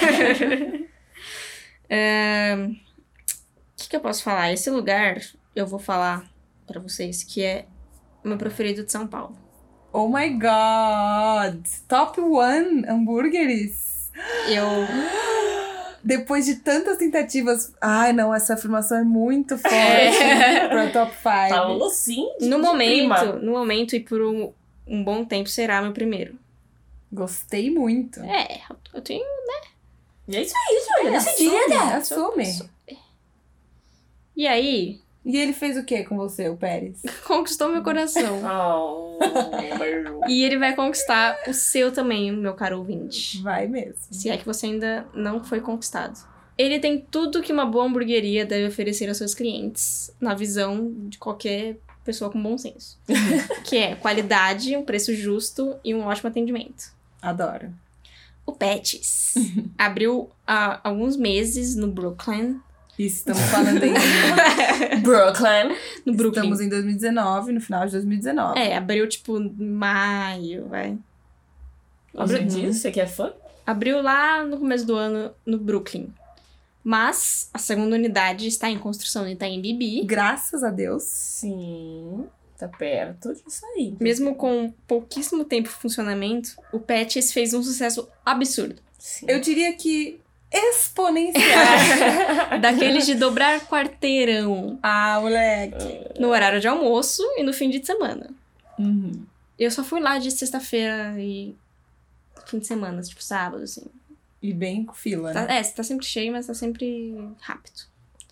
que eu posso falar? Esse lugar, eu vou falar pra vocês, que é o meu preferido de São Paulo. Oh my God! Top 1 hambúrgueres. Eu... Depois de tantas tentativas... Ai, não, essa afirmação é muito forte pra top 5. Falou sim. No prima. momento e por um bom tempo será meu primeiro. Gostei muito. Eu tenho... E é isso aí, Júlia. Assume. E aí, E ele fez o que com você, o Pérez? conquistou meu coração. Oh, meu. E ele vai conquistar o seu também, meu caro ouvinte. Vai mesmo. Se é que você ainda não foi conquistado. Ele tem tudo que uma boa hamburgueria deve oferecer aos seus clientes, na visão de qualquer pessoa com bom senso. Que é qualidade, um preço justo e um ótimo atendimento. Adoro. O Patty's abriu há alguns meses no Brooklyn. Isso, estamos falando em... Brooklyn. No Brooklyn. Estamos em 2019, no final de 2019. Abriu tipo em maio, vai. Você diz? Você que é fã? Abriu lá no começo do ano no Brooklyn. Mas a segunda unidade está em construção em Itaim Bibi. Graças a Deus. Sim. Tá perto disso aí. Mesmo com pouquíssimo tempo de funcionamento, o Patty's fez um sucesso absurdo. Sim. Eu diria que exponencial. Daqueles de dobrar quarteirão Ah, moleque. no horário de almoço e no fim de semana. Uhum. Eu só fui lá de sexta-feira e fim de semana, tipo sábado, assim. E bem com fila, né? Tá sempre cheio, mas tá sempre rápido.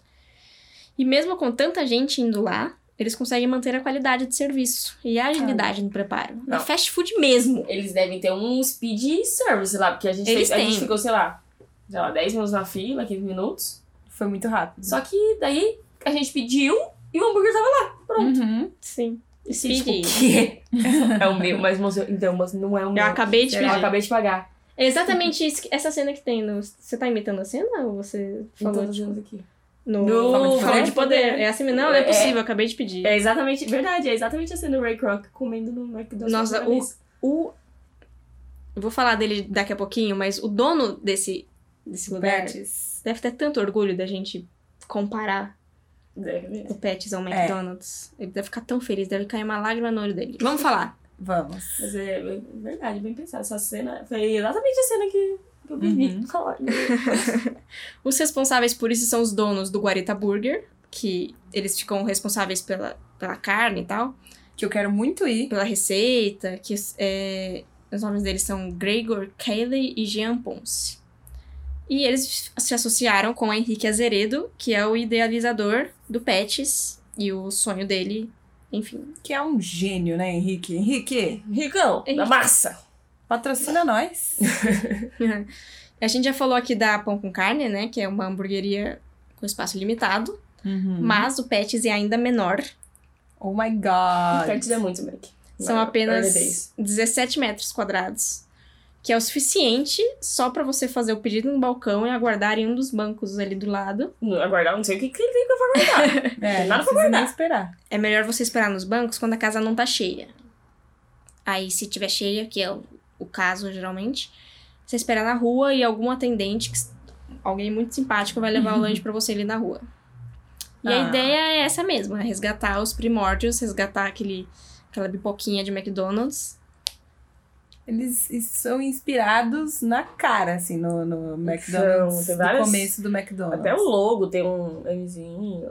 E mesmo com tanta gente indo lá, eles conseguem manter a qualidade de serviço e a agilidade no preparo. É Não. fast food mesmo. Eles devem ter um speed service lá, porque a gente, Eles a gente têm. ficou, sei lá, 10 minutos na fila, 15 minutos. Foi muito rápido. Só que daí a gente pediu e o hambúrguer tava lá. Pronto. Uhum. Sim. E Speed. tipo, o quê? É o meu, mas moço, então, mas não é o meu. Eu acabei de Eu pedir. acabei de pagar. É exatamente isso, essa cena que tem no... Você tá imitando a cena ou você falou Então, tipo, aqui. no... No Falou de poder. Poder. É assim, não é possível, eu acabei de pedir. É exatamente, verdade, é exatamente a cena do Ray Kroc comendo no McDonald's. Nossa, pela vez. Eu vou falar dele daqui a pouquinho, mas o dono desse lugar Patty's. deve ter tanto orgulho da gente comparar Deve mesmo. o Patty's ao McDonald's. Ele deve ficar tão feliz, deve cair uma lágrima no olho dele. Vamos falar. Vamos. Mas é verdade, bem pensado. Essa cena foi exatamente a cena que eu vivi. Uhum. Os responsáveis por isso são os donos do Guarita Burger, que eles ficam responsáveis pela carne e tal, Que eu quero muito ir. pela receita, que os nomes deles são Gregor Cayley e Jean Ponce. E eles se associaram com Henrique Azeredo, que é o idealizador do Patty's, e o sonho dele, enfim. Que é um gênio, né, Henrique? Henrique, Ricão, da Henrique. massa. patrocina nós. A gente já falou aqui da Pão com Carne, né, que é uma hamburgueria com espaço limitado, Uhum. mas o Patty's é ainda menor. Oh my God. Patty's é muito, Mac. São apenas 17 metros quadrados, que é o suficiente só pra você fazer o pedido no balcão e aguardar em um dos bancos ali do lado. Aguardar, não sei o que ele tem pra aguardar. É, Tem não nada pra precisa nem guardar. esperar. É melhor você esperar nos bancos quando a casa não tá cheia. Aí, se tiver cheia, que é o caso geralmente, você espera na rua e algum atendente, alguém muito simpático, vai levar o lanche pra você ali na rua. E a Ah. ideia é essa mesmo, é resgatar os primórdios, resgatar aquela pipoquinha de McDonald's. Eles são inspirados na cara, assim, no McDonald's. tem Do vários- começo do McDonald's. Até o logo tem um Mzinho.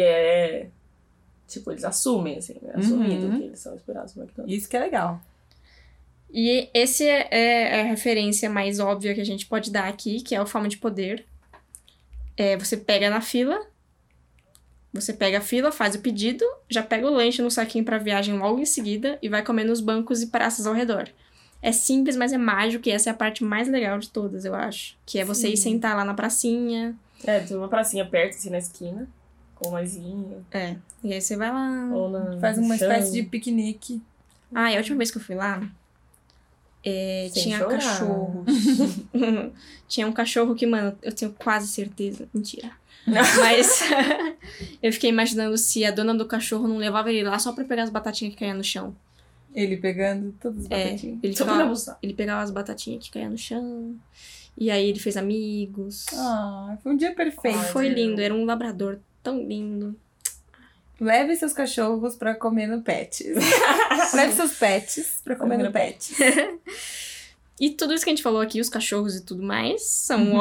Tipo, eles assumem, assim, né? Assumindo Uhum. que eles são inspirados no McDonald's. Isso que é legal. E esse é a referência mais óbvia que a gente pode dar aqui, que é o Fama de Poder. Você pega na fila, você pega a fila, faz o pedido, já pega o lanche no saquinho pra viagem logo em seguida e vai comer nos bancos e praças ao redor. É simples, mas é mágico e essa é a parte mais legal de todas, eu acho. Que é você ir sentar lá na pracinha. Tem uma pracinha perto, assim, na esquina, com uma mesinha. E aí você vai lá. Ou na, Faz no uma chão. espécie de piquenique. Ah, e a última vez que eu fui lá, Sem tinha chorar. cachorros. Tinha um cachorro que, mano, eu tenho quase certeza. Mentira. Mas eu fiquei imaginando se a dona do cachorro não levava ele lá só pra pegar as batatinhas que caíam no chão. Ele pegando todas as batatinhas. Ele, Só pra ficava, almoçar. ele pegava as batatinhas que caíam no chão. E aí ele fez amigos. Ah, foi um dia perfeito. Foi lindo, era um labrador tão lindo. Leve seus cachorros pra comer no Patty's. Leve seus pets pra comer no Patty's. E tudo isso que a gente falou aqui, os cachorros e tudo mais, são um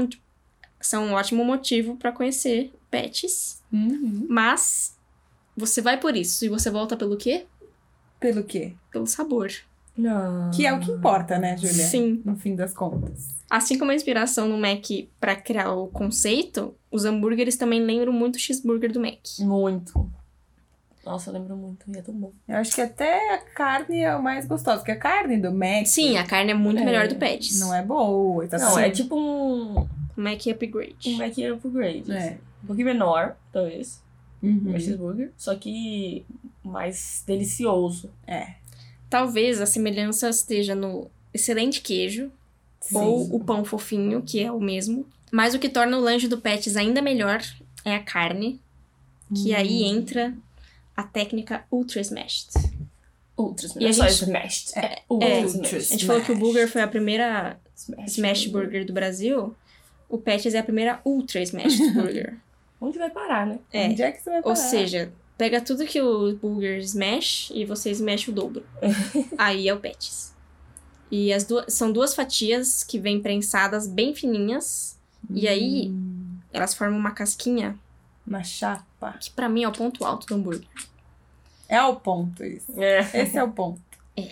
ótimo motivo pra conhecer Patches. Mas você vai por isso e você volta pelo quê? Pelo quê? Pelo sabor. Não. Que é o que importa, né, Júlia? Sim. No fim das contas. Assim como a inspiração no Mac pra criar o conceito, os hambúrgueres também lembram muito o cheeseburger do Mac. Muito. Nossa, eu lembro muito. E é tão bom. Eu acho que até a carne é o mais gostoso, porque a carne do Mac Sim, a carne é muito melhor do Patties. não é boa. Tá Não, é tipo um Mac upgrade. Mac upgrade. É. Assim. Um pouquinho menor, talvez. Uhum. Um cheeseburger. Só que mais delicioso. Talvez a semelhança esteja no excelente queijo ou o pão fofinho, que é o mesmo. Mas o que torna o lanche do Patties ainda melhor é a carne, que aí entra a técnica Ultra Smashed. Ultras. E Não a é só gente- smashed. É, Ultra a smashed. gente falou que o Burger foi a primeira Smash Smash Burger do Brasil. O Patties é a primeira Ultra Smashed Burger. Onde vai parar, né? É. Onde é que você vai parar? Ou seja, pega tudo que o Burger smash e você smash o dobro. Aí é o Patties. E são duas fatias que vêm prensadas bem fininhas. E aí, elas formam uma casquinha Na chapa. que pra mim é o ponto alto do hambúrguer. É o ponto isso. Esse é o ponto.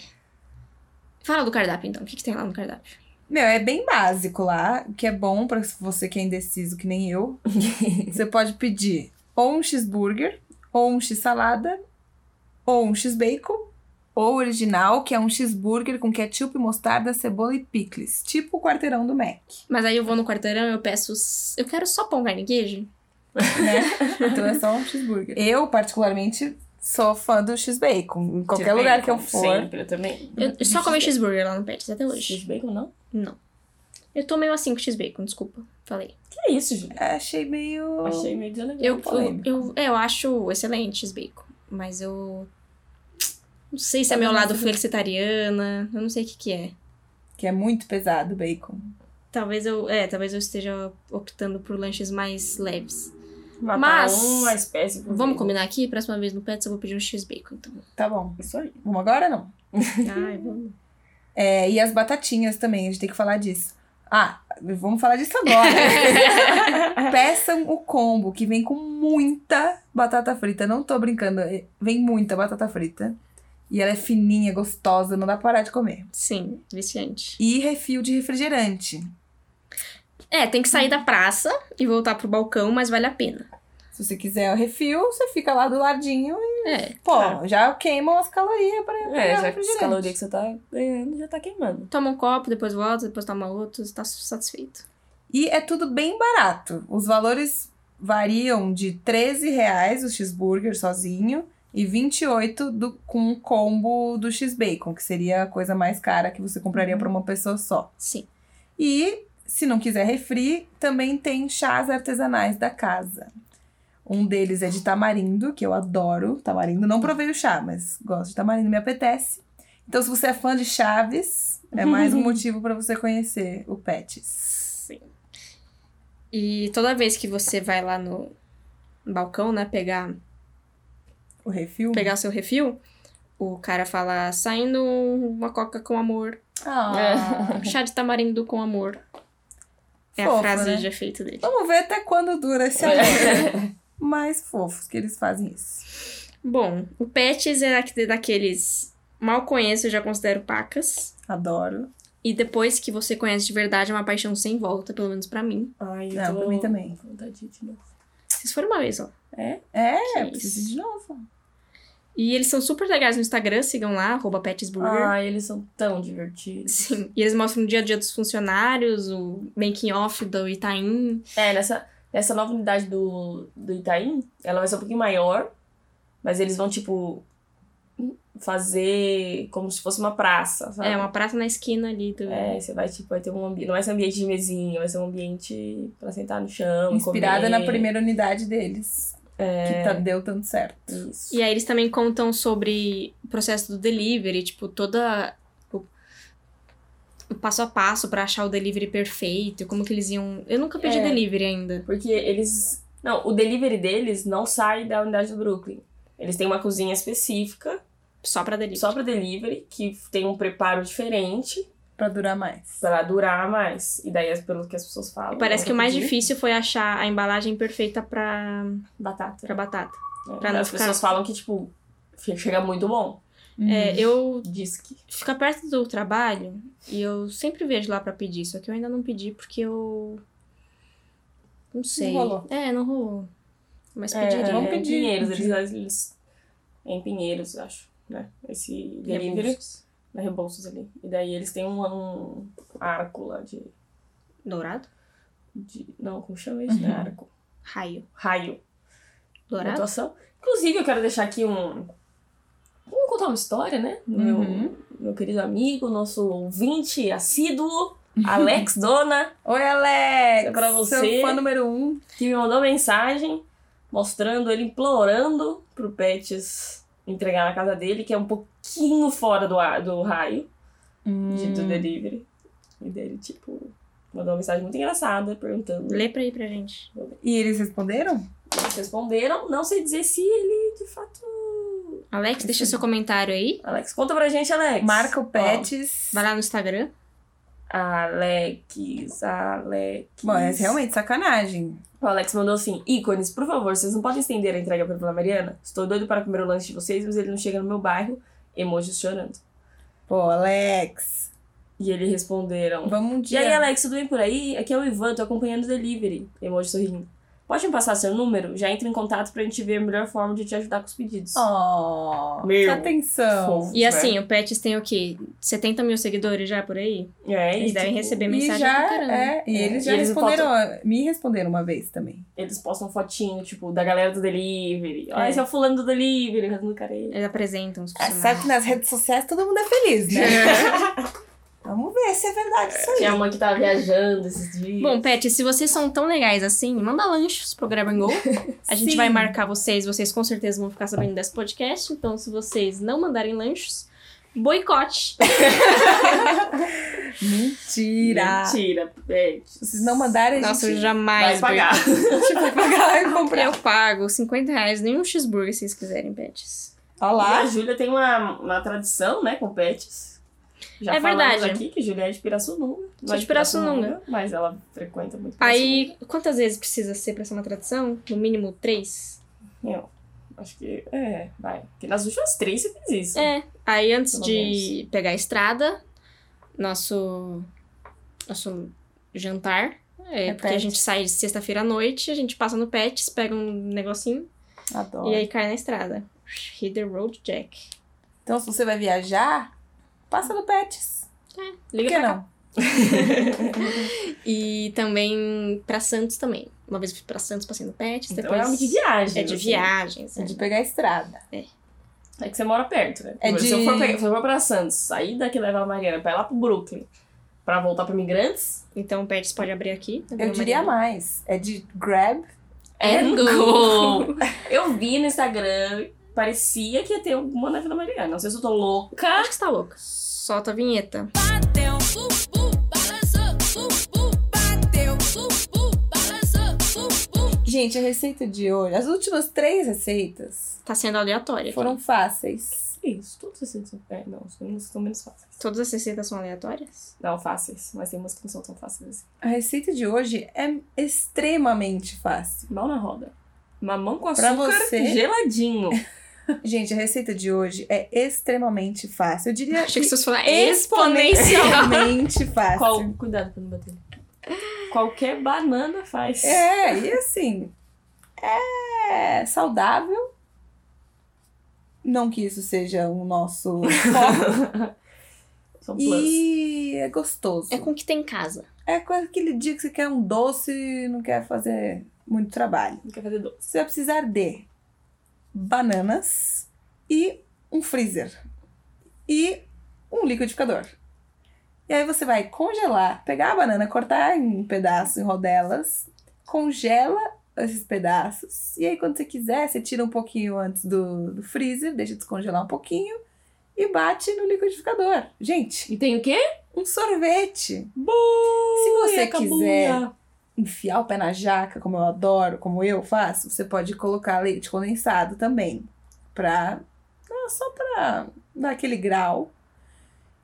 Fala do cardápio, então. O que tem lá no cardápio? Meu, é bem básico lá, o que é bom pra você que é indeciso, que nem eu. Você pode pedir ou um cheeseburger, ou um x-salada, ou um x-bacon, ou original, que é um cheeseburger com ketchup, mostarda, cebola e picles. Tipo o quarteirão do Mac, Mas aí eu vou no quarteirão e eu peço... Eu quero só pão, carne e queijo. né? Então é só um cheeseburger. Eu, particularmente, sou fã do x-bacon. Em qualquer lugar que eu for. Sempre, eu também. Eu só comi cheeseburger lá no Patties até hoje. Cheesebacon, não? Não. Eu tô meio assim com x-bacon, desculpa. Falei. Que isso, gente? Achei meio... Achei meio desagradável. polêmico. Eu acho excelente x-bacon. Mas eu... Não sei se é meu lado flexitariana. Eu não sei o que é. Que é muito pesado o bacon. Talvez eu esteja optando por lanches mais leves. Matar Mas- uma espécie por Vamos vez. combinar aqui? Próxima vez no Pets eu vou pedir um x-bacon, então. Tá bom. Isso aí. Vamos agora, não? Ai, vamos. É, e as batatinhas também, a gente tem que falar disso. Ah, vamos falar disso agora. Peçam o combo, que vem com muita batata frita. Não tô brincando, vem muita batata frita. E ela é fininha, gostosa, não dá pra parar de comer. Sim, viciante. E refil de refrigerante. Tem que sair da praça e voltar pro balcão, mas vale a pena. Se você quiser o refil, você fica lá do ladinho e, É. pô, já queimam as calorias pra pegar o Já que as refrigerante. calorias que você tá ganhando já tá queimando. Toma um copo, depois volta, depois toma outro, tá satisfeito. E é tudo bem barato. Os valores variam de R$13 o cheeseburger sozinho e 28 com o combo do x-bacon, que seria a coisa mais cara que você compraria para uma pessoa só. Sim. E, se não quiser refri, também tem chás artesanais da casa. Um deles é de tamarindo, que eu adoro tamarindo. Não provei o chá, mas gosto de tamarindo, me apetece. Então, se você é fã de Chaves, é mais um motivo para você conhecer o Patties. Sim. E toda vez que você vai lá no balcão, né, pegar O refil? o seu refil, o cara fala, saindo uma coca com amor, Ah, chá de tamarindo com amor. É a Fofo, frase né? de efeito dele. vamos ver até quando dura esse amor. Mais fofos que eles fazem isso. Bom, o Patties é daqueles mal conheço, já considero pacas. Adoro. E depois que você conhece de verdade, é uma paixão sem volta, pelo menos pra mim. Ai, Não, pra mim também. com vontade de ir de novo. Vocês foram uma vez, ó. É, Que preciso isso. de novo. E eles são super legais no Instagram, sigam lá, @PattiesBurger. Ai, eles são tão divertidos. Sim. E eles mostram o dia a dia dos funcionários, o making off do Itaim. Nessa nova unidade do Itaim, ela vai ser um pouquinho maior, mas eles vão, tipo, fazer como se fosse uma praça, sabe? É, uma praça na esquina ali do... Você vai, tipo, vai ter um ambiente. Não vai ser um ambiente de mesinha, vai ser um ambiente pra sentar no chão. Inspirada comer. na primeira unidade deles. Que deu tanto certo. Isso. E aí eles também contam sobre o processo do delivery, tipo, toda o passo a passo pra achar o delivery perfeito, como que eles iam... Eu nunca pedi delivery ainda. Porque eles... Não, o delivery deles não sai da unidade do Brooklyn. Eles têm uma cozinha específica, Só pra delivery. só pra delivery, que tem um preparo diferente. Pra durar mais. Pra durar mais. E daí é pelo que as pessoas falam. Parece que o mais difícil difícil foi achar a embalagem perfeita pra batata. batata. É, pra não as ficar- pessoas falam que, tipo, chega muito bom. Eu Diz que. fico perto do trabalho e eu sempre vejo lá pra pedir, só que eu ainda não pedi porque eu... Não sei. rolou. Não rolou. Mas É, pediria. vamos Em pedir. Pinheiros, pedir. eles... É em Pinheiros, acho, né? Esse delivery. Rebouças. Na Rebouças ali. E daí eles têm um arco lá de... Dourado? Não, como chama isso, né? Arco. Raio. Raio. Dourado? Atuação. Inclusive, eu quero deixar aqui Vamos contar uma história, né? Do meu querido amigo, nosso ouvinte assíduo, Alex Dona, Oi, Alex! Isso é pra você. Seu fã número 1. que me mandou mensagem mostrando ele implorando pro Pets entregar na casa dele, que é um pouquinho fora do raio do delivery. E daí, tipo, mandou uma mensagem muito engraçada, perguntando. Lê pra aí pra gente. E eles responderam? Eles responderam, não sei dizer se ele, de fato... Alex, deixa seu comentário aí. Alex, conta pra gente, Alex. Marca o Pets. Vai lá no Instagram. Alex. Bom, é realmente sacanagem. O Alex mandou assim: ícones, por favor, vocês não podem estender a entrega pra Vila Mariana? Estou doido para comer o lanche de vocês, mas ele não chega no meu bairro. Emojis chorando. Pô, Alex. E eles responderam: Vamos um e dia. aí, Alex, tudo bem por aí? Aqui é o Ivan, tô acompanhando o delivery. Emoji sorrindo. Pode me passar seu número? Já entra em contato pra gente ver a melhor forma de te ajudar com os pedidos. Oh, Meu. que atenção. Fofo. E assim, o Pets tem o quê? 70 mil seguidores já por aí? É, Eles e, devem tipo, receber E mensagem já, pra caramba. e eles já E eles responderam, me responderam uma vez também. Eles postam fotinho, tipo, da galera do delivery. Olha, É. esse é o fulano do delivery, fazendo careira. Eles apresentam os É funcionários. certo que nas redes sociais todo mundo é feliz, né? Vamos ver se é verdade isso aí. Tinha uma que tava viajando esses dias. Bom, Pet, se vocês são tão legais assim, manda lanches pro Grab and Go. A gente Sim. vai marcar vocês com certeza vão ficar sabendo desse podcast. Então, se vocês não mandarem lanches, boicote. Mentira. Mentira, Pet. Vocês não mandarem, a Nossa, eu gente jamais Vai pagar. vai pagar e comprar. Eu pago R$50 nenhum cheeseburger se vocês quiserem, Pets. Olha E lá. a Júlia tem uma tradição, né, com pets. Já É falamos verdade. aqui que Júlia é de Pirassununga. Não Sou é de Pirassununga. Mas ela frequenta muito Aí, quantas vezes precisa ser pra ser uma tradição? No mínimo 3? Pirassununga. Eu acho que vai. Porque nas últimas 3 você fez isso. Aí antes Pelo de pegar a estrada, nosso jantar, porque a Pets. gente sai sexta-feira à noite, a gente passa no Pets, pega um negocinho Adoro. e aí cai na estrada. Hit the road, Jack. Então, se você vai viajar, passa no Pets. Por Liga que pra cá. não? E também pra Santos também. Uma vez eu fui pra Santos, passei no Pets, Então depois... é de viagem. É de assim. viagens. É de pegar a estrada. É que você mora perto, né? É Se eu de- for pra Santos, sair daqui e levar a Mariana pra ir lá pro Brooklyn, pra voltar pra Imigrantes, Então o Pets pode abrir aqui. na Eu Vila diria Mariana. mais. É de Grab. and go! Eu vi no Instagram, parecia que ia ter alguma na Vila Mariana. Não sei se eu tô louca. Acho que você tá louca. Solta a vinheta. Bateu, balançou, bateu, balançou, Gente, a receita de hoje... As últimas 3 receitas Tá sendo aleatória. foram fáceis. Isso, todas as receitas são... não, as minhas são menos fáceis. Todas as receitas são aleatórias? Não, fáceis, mas tem umas que não são tão fáceis assim. A receita de hoje é extremamente fácil. Mal na roda. Mamão com Pra açúcar você- geladinho. Gente, a receita de hoje é extremamente fácil. Eu diria Achei que que vocês falaram exponencial. exponencialmente fácil. Cuidado pra não bater. Qualquer banana faz. E assim, é saudável. Não que isso seja o nosso foco. São plus. E é gostoso. É com o que tem em casa. É com aquele dia que você quer um doce e não quer fazer muito trabalho. Não quer fazer doce. Você vai precisar de bananas e um freezer. E um liquidificador. E aí você vai congelar, pegar a banana, cortar em pedaços, em rodelas, congela esses pedaços. E aí quando você quiser, você tira um pouquinho antes do freezer, deixa descongelar um pouquinho e bate no liquidificador. Gente, E tem o quê? um sorvete. Se Se você quiser enfiar o pé na jaca, como eu adoro, como eu faço, você pode colocar leite condensado também. Só pra dar aquele grau.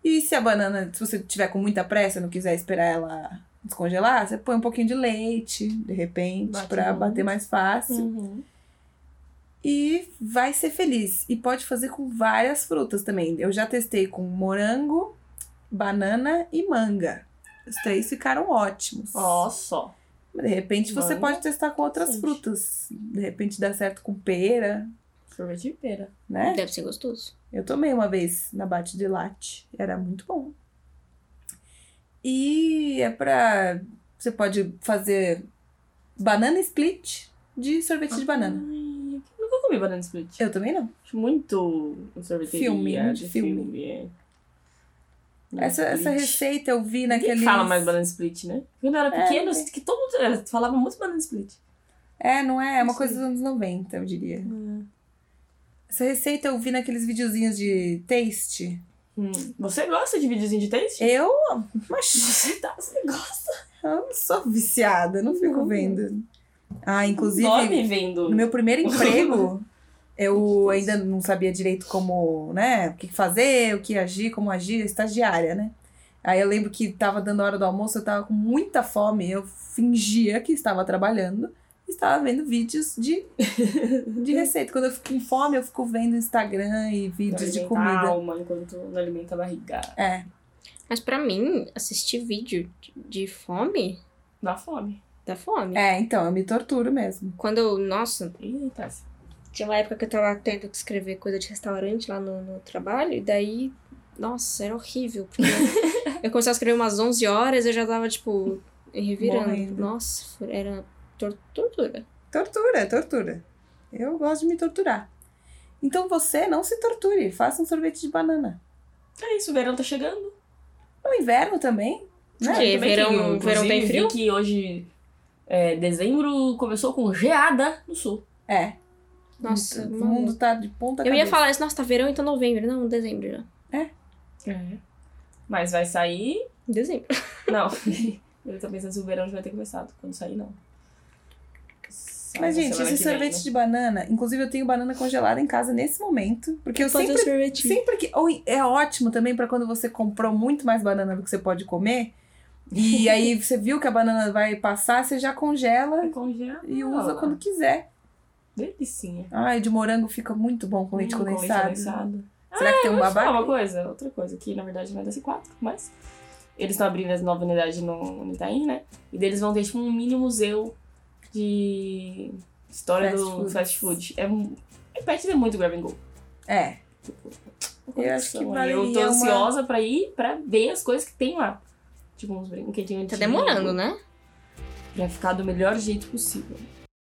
E se a banana, se você tiver com muita pressa, não quiser esperar ela descongelar, você põe um pouquinho de leite, de repente, Bate pra muito. bater mais fácil. E vai ser feliz. E pode fazer com várias frutas também. Eu já testei com morango, banana e manga. Os 3 ficaram ótimos. Ó, só. De repente você Manga, pode testar com outras gente. frutas. De repente dá certo com pera, Sorvete de pera. né? Deve ser gostoso. Eu tomei uma vez na Bate de Latte. Era muito bom. E é pra... Você pode fazer banana split de sorvete de banana. Ai, eu nunca comi banana split. Eu também não. Acho muito um sorveteria Filme, muito de filme. é. Essa Split. receita eu vi Ninguém naquele... fala mais banana split, né? Quando eu era pequena, eu sinto que todo mundo falava muito banana split. Não é? É uma Não coisa sei. dos anos 90, eu diria. Essa receita eu vi naqueles videozinhos de taste. Você gosta de videozinho de taste? Eu... Mas Você gosta? eu não sou viciada, eu não fico Não. vendo. Ah, inclusive... Dorme vendo. No meu primeiro emprego, eu ainda não sabia direito como, né, o que fazer, o que agir, como agir, estagiária, né? Aí eu lembro que tava dando a hora do almoço, eu tava com muita fome, eu fingia que estava trabalhando e estava vendo vídeos de receita. Quando eu fico com fome, eu fico vendo Instagram e vídeos de Alimenta a comida. alma enquanto não alimenta a barriga. É, Mas pra mim, assistir vídeo de fome, Dá fome. dá fome. então, eu me torturo mesmo. Quando eu, nossa, Eita. tinha uma época que eu tava tendo que escrever coisa de restaurante lá no trabalho, e daí, nossa, era horrível. Porque eu comecei a escrever umas 11 horas, eu já tava, tipo, revirando. Morrendo. Nossa, era tortura. Tortura. Eu gosto de me torturar. Então você não se torture, faça um sorvete de banana. É isso, o verão tá chegando. No inverno também, né? Que Também verão tem inclusive, frio? vi que hoje, dezembro, começou com geada no sul. É. Nossa, o maluco. mundo tá de ponta Eu cabeça. ia falar isso, nossa, tá verão, então novembro. Não, dezembro já. Mas vai sair... Dezembro. Não. Eu tô pensando se o verão já vai ter começado. Quando sair, não. Sai Mas, na gente, semana esse que vem, sorvete né? de banana... Inclusive, eu tenho banana congelada em casa nesse momento. Porque eu sempre que... Ou é ótimo também pra quando você comprou muito mais banana do que você pode comer. E aí, você viu que a banana vai passar, você já congela Congela. e usa quando quiser. Delicinha. Ai, de morango fica muito bom com leite Com leite condensado. condensado. Será que tem um Vou te falar babá? uma coisa, outra coisa, que na verdade não é da C4, mas eles estão abrindo essa nova unidade no Itaim, né? E deles vão ter tipo um mini museu de história Fast do foods. fast food. É perto de muito Grab and Go. É. Tipo, Eu acho que aí eu tô valeria ansiosa pra ir pra ver as coisas que tem lá. Tipo uns brinquedinhos Tá antigos, demorando, né? Pra ficar do melhor jeito possível.